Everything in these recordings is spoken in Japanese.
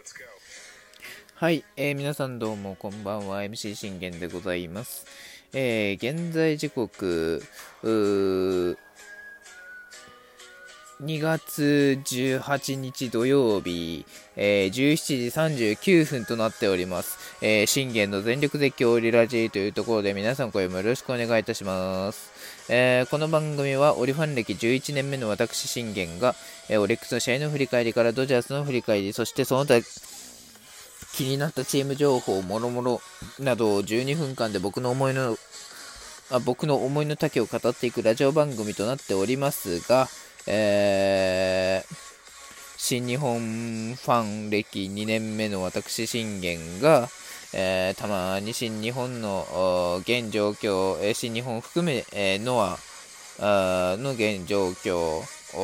はい、皆さんどうもこんばんは。 MC 信玄でございます。現在時刻2月18日土曜日、17時39分となっております。信玄の全力絶叫オリラジというところで皆さん声もよろしくお願いいたします。この番組はオリファン歴11年目の私信玄が、オリックスの試合の振り返りからドジャースの振り返り、そしてその他気になったチーム情報もろもろなどを12分間で僕の思いの丈を語っていくラジオ番組となっておりますが、新日本ファン歴2年目の私信玄が、たまに新日本の現状況、新日本含め、ノアの現状況、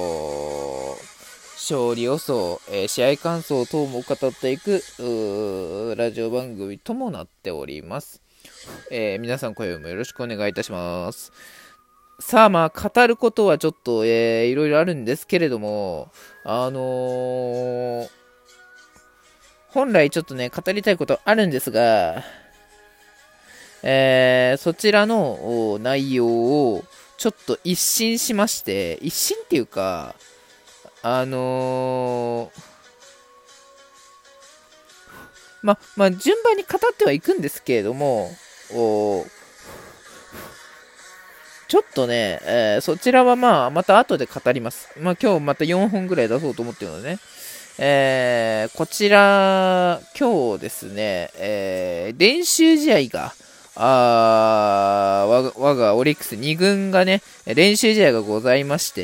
勝利予想、試合感想等も語っていくラジオ番組ともなっております。皆さん声もよろしくお願いいたします。さあ語ることはちょっと、いろいろあるんですけれども、本来ちょっとね語りたいことあるんですが、そちらの内容をちょっと一新しまして、一新っていうか順番に語ってはいくんですけれども、ちょっとね、そちらはまた後で語ります。今日また4本ぐらい出そうと思ってるのでね。こちら、今日ですね、練習試合が、我がオリックス2軍がね、練習試合がございまして、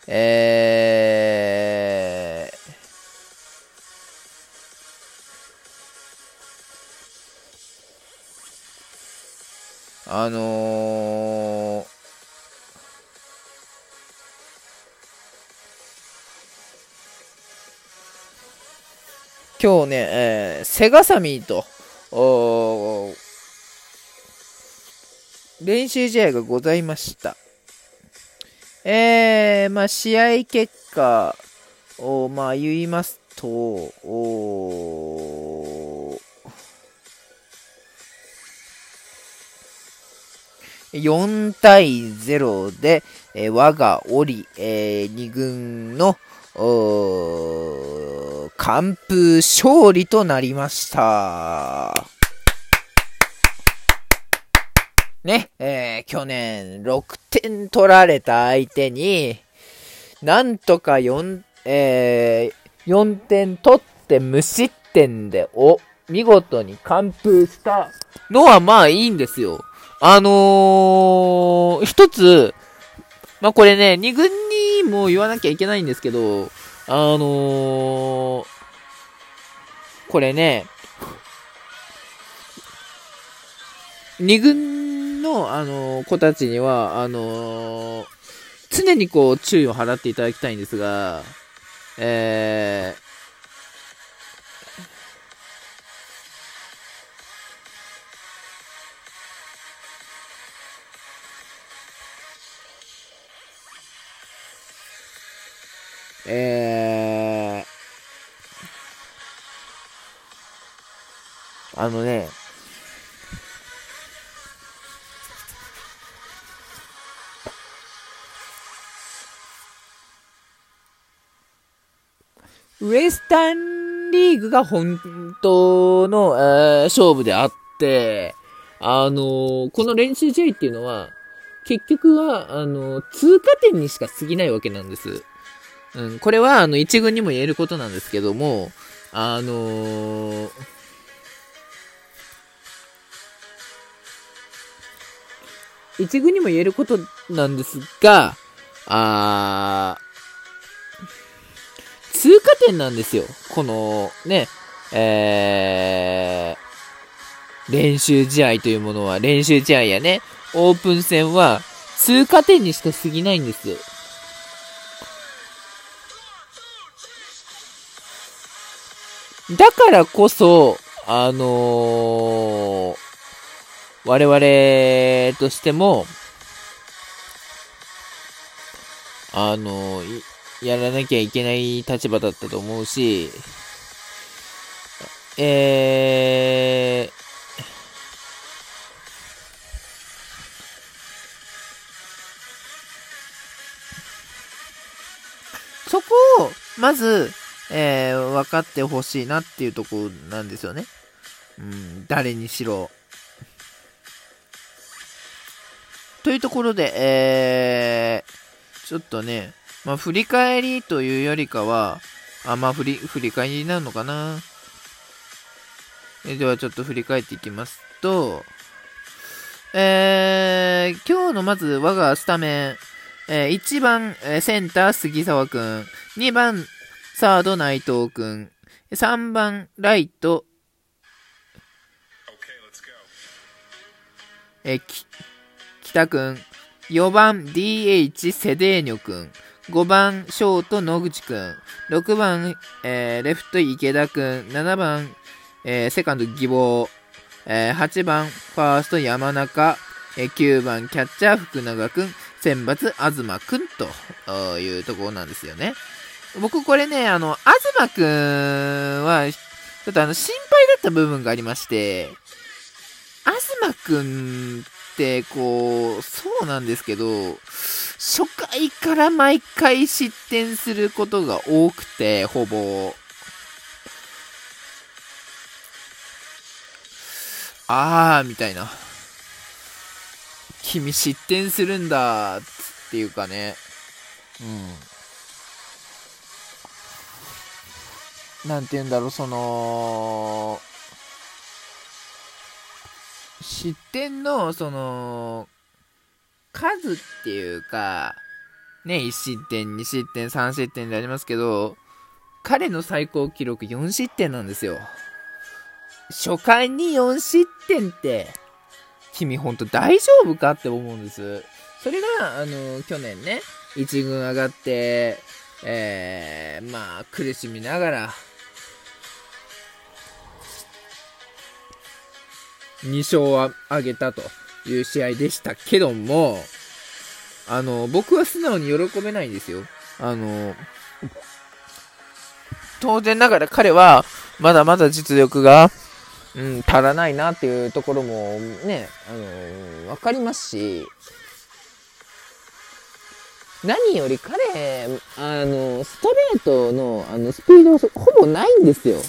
今日ね、セガサミーと練習試合がございました。試合結果を言いますと、4対0で、我がオリ、2軍の完封勝利となりました。ね、去年6点取られた相手に、なんとか4点取って無失点で見事に完封したのはいいんですよ。一つ、これね、2軍にも言わなきゃいけないんですけど、これね、2軍の、子たちには、常に注意を払っていただきたいんですが、ウエスタンリーグが本当の、勝負であって、この練習試合っていうのは、結局は、通過点にしか過ぎないわけなんです。これは、一軍にも言えることなんですけども、一軍にも言えることなんですが、通過点なんですよ。このね、練習試合というものは、練習試合やね、オープン戦は通過点にしか過ぎないんですよ。だからこそ、我々としても、やらなきゃいけない立場だったと思うし、 えー、そこを、まず、分かってほしいなっていうところなんですよね。うん、誰にしろ。というところで、ちょっとね、まあ、振り返りというよりかは、振り返りになるのかな。ではちょっと振り返っていきますと、今日のまず我がスタメン、1番、センター杉沢くん、2番サード内藤くん、3番ライト、北くん、4番 DH セデーニョくん、5番ショート野口くん、6番、レフト池田くん、7番、セカンド義母、8番ファースト山中、9番キャッチャー福永くん、選抜東くんというところなんですよね。僕これね、東くんは、ちょっと心配だった部分がありまして、東くんって、そうなんですけど、初回から毎回失点することが多くて、ほぼ。みたいな。君失点するんだ、っていうかね。なんて言うんだろう、失点の、数っていうか、ね、1失点、2失点、3失点でありますけど、彼の最高記録4失点なんですよ。初回に4失点って、君ほんと大丈夫かって思うんです。それが、去年ね、1軍上がって、苦しみながら、2勝を挙げたという試合でしたけども、僕は素直に喜べないんですよ。当然ながら彼は、まだまだ実力が、足らないなっていうところもね、わかりますし、何より彼、ストレートの、スピードほぼないんですよ。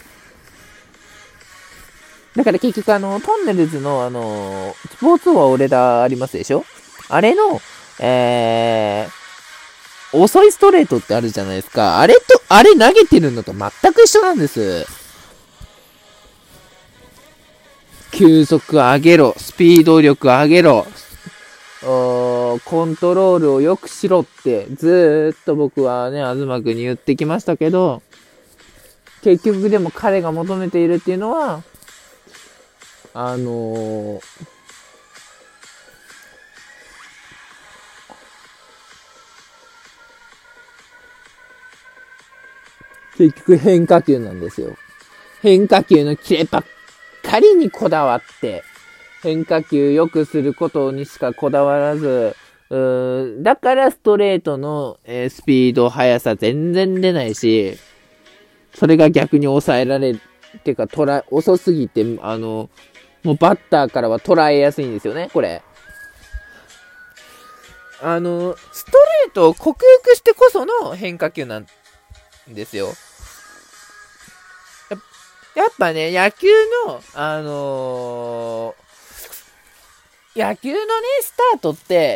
だから結局トンネルズのスポーツは俺らありますでしょ？あれの、遅いストレートってあるじゃないですか。あれ投げてるのと全く一緒なんです。球速上げろ、スピード力上げろ、コントロールを良くしろってずーっと僕はね、東君に言ってきましたけど、結局でも彼が求めているっていうのは、結局変化球なんですよ。変化球のキレばっかりにこだわって、変化球良くすることにしかこだわらず、だからストレートの、スピード、速さ全然出ないし、それが逆に抑えられる。っていうか、遅すぎて、もうバッターからは捉えやすいんですよね、これ。ストレートを克服してこその変化球なんですよ。やっぱね、野球の、野球のね、スタートって、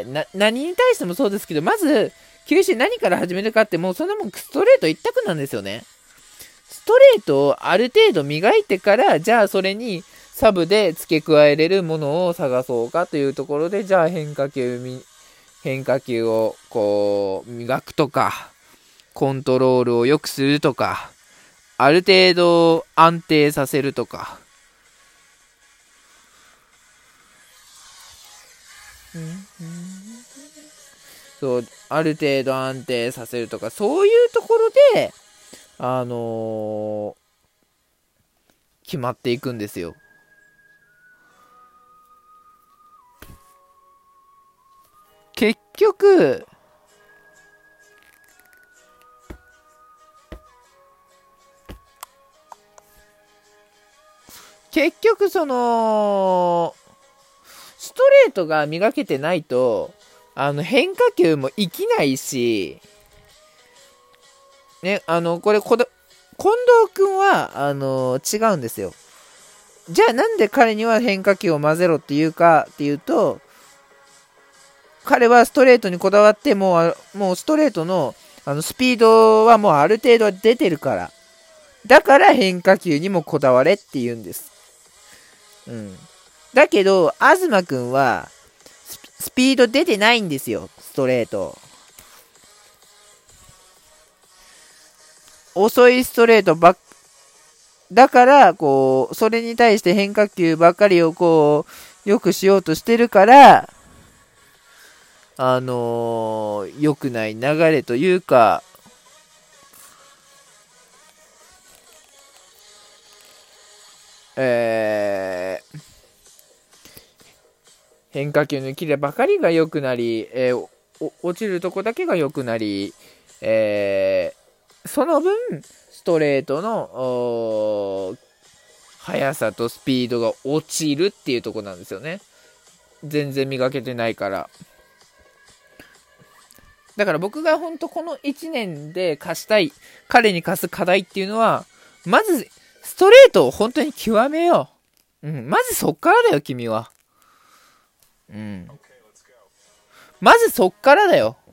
何に対してもそうですけど、まず、球種何から始めるかって、もうそんなもんストレート一択なんですよね。ストレートをある程度磨いてから、じゃあそれにサブで付け加えれるものを探そうかというところで、じゃあ変化球を磨くとか、コントロールを良くするとか、ある程度安定させるとか、そう、ある程度安定させるとか、そういうところで、決まっていくんですよ。結局、 結局その、ストレートが磨けてないと、変化球も生きないし、ね、これ、近藤くんは、違うんですよ。じゃあなんで彼には変化球を混ぜろっていうかっていうと、彼はストレートにこだわって、もうストレートの、スピードはもうある程度は出てるから。だから変化球にもこだわれって言うんです。うん。だけど、東くんは、スピード出てないんですよ、ストレート。遅いストレートばっだから、こう、それに対して変化球ばっかりをこう、よくしようとしてるから、良くない流れというか、変化球のキレばかりが良くなり、落ちるとこだけが良くなり、その分、ストレートの速さとスピードが落ちるっていうとこなんですよね。全然磨けてないから。だから僕が本当この1年で彼に課す課題っていうのは、まず、ストレートを本当に極めよう。うん、まずそっからだよ、君は。うん。まずそっからだよ。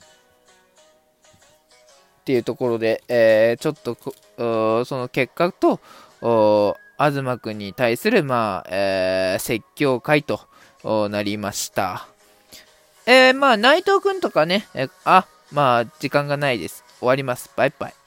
っていうところで、ちょっとその結果と、東くんに対する、説教会となりました。内藤くんとかね、時間がないです。終わります。バイバイ。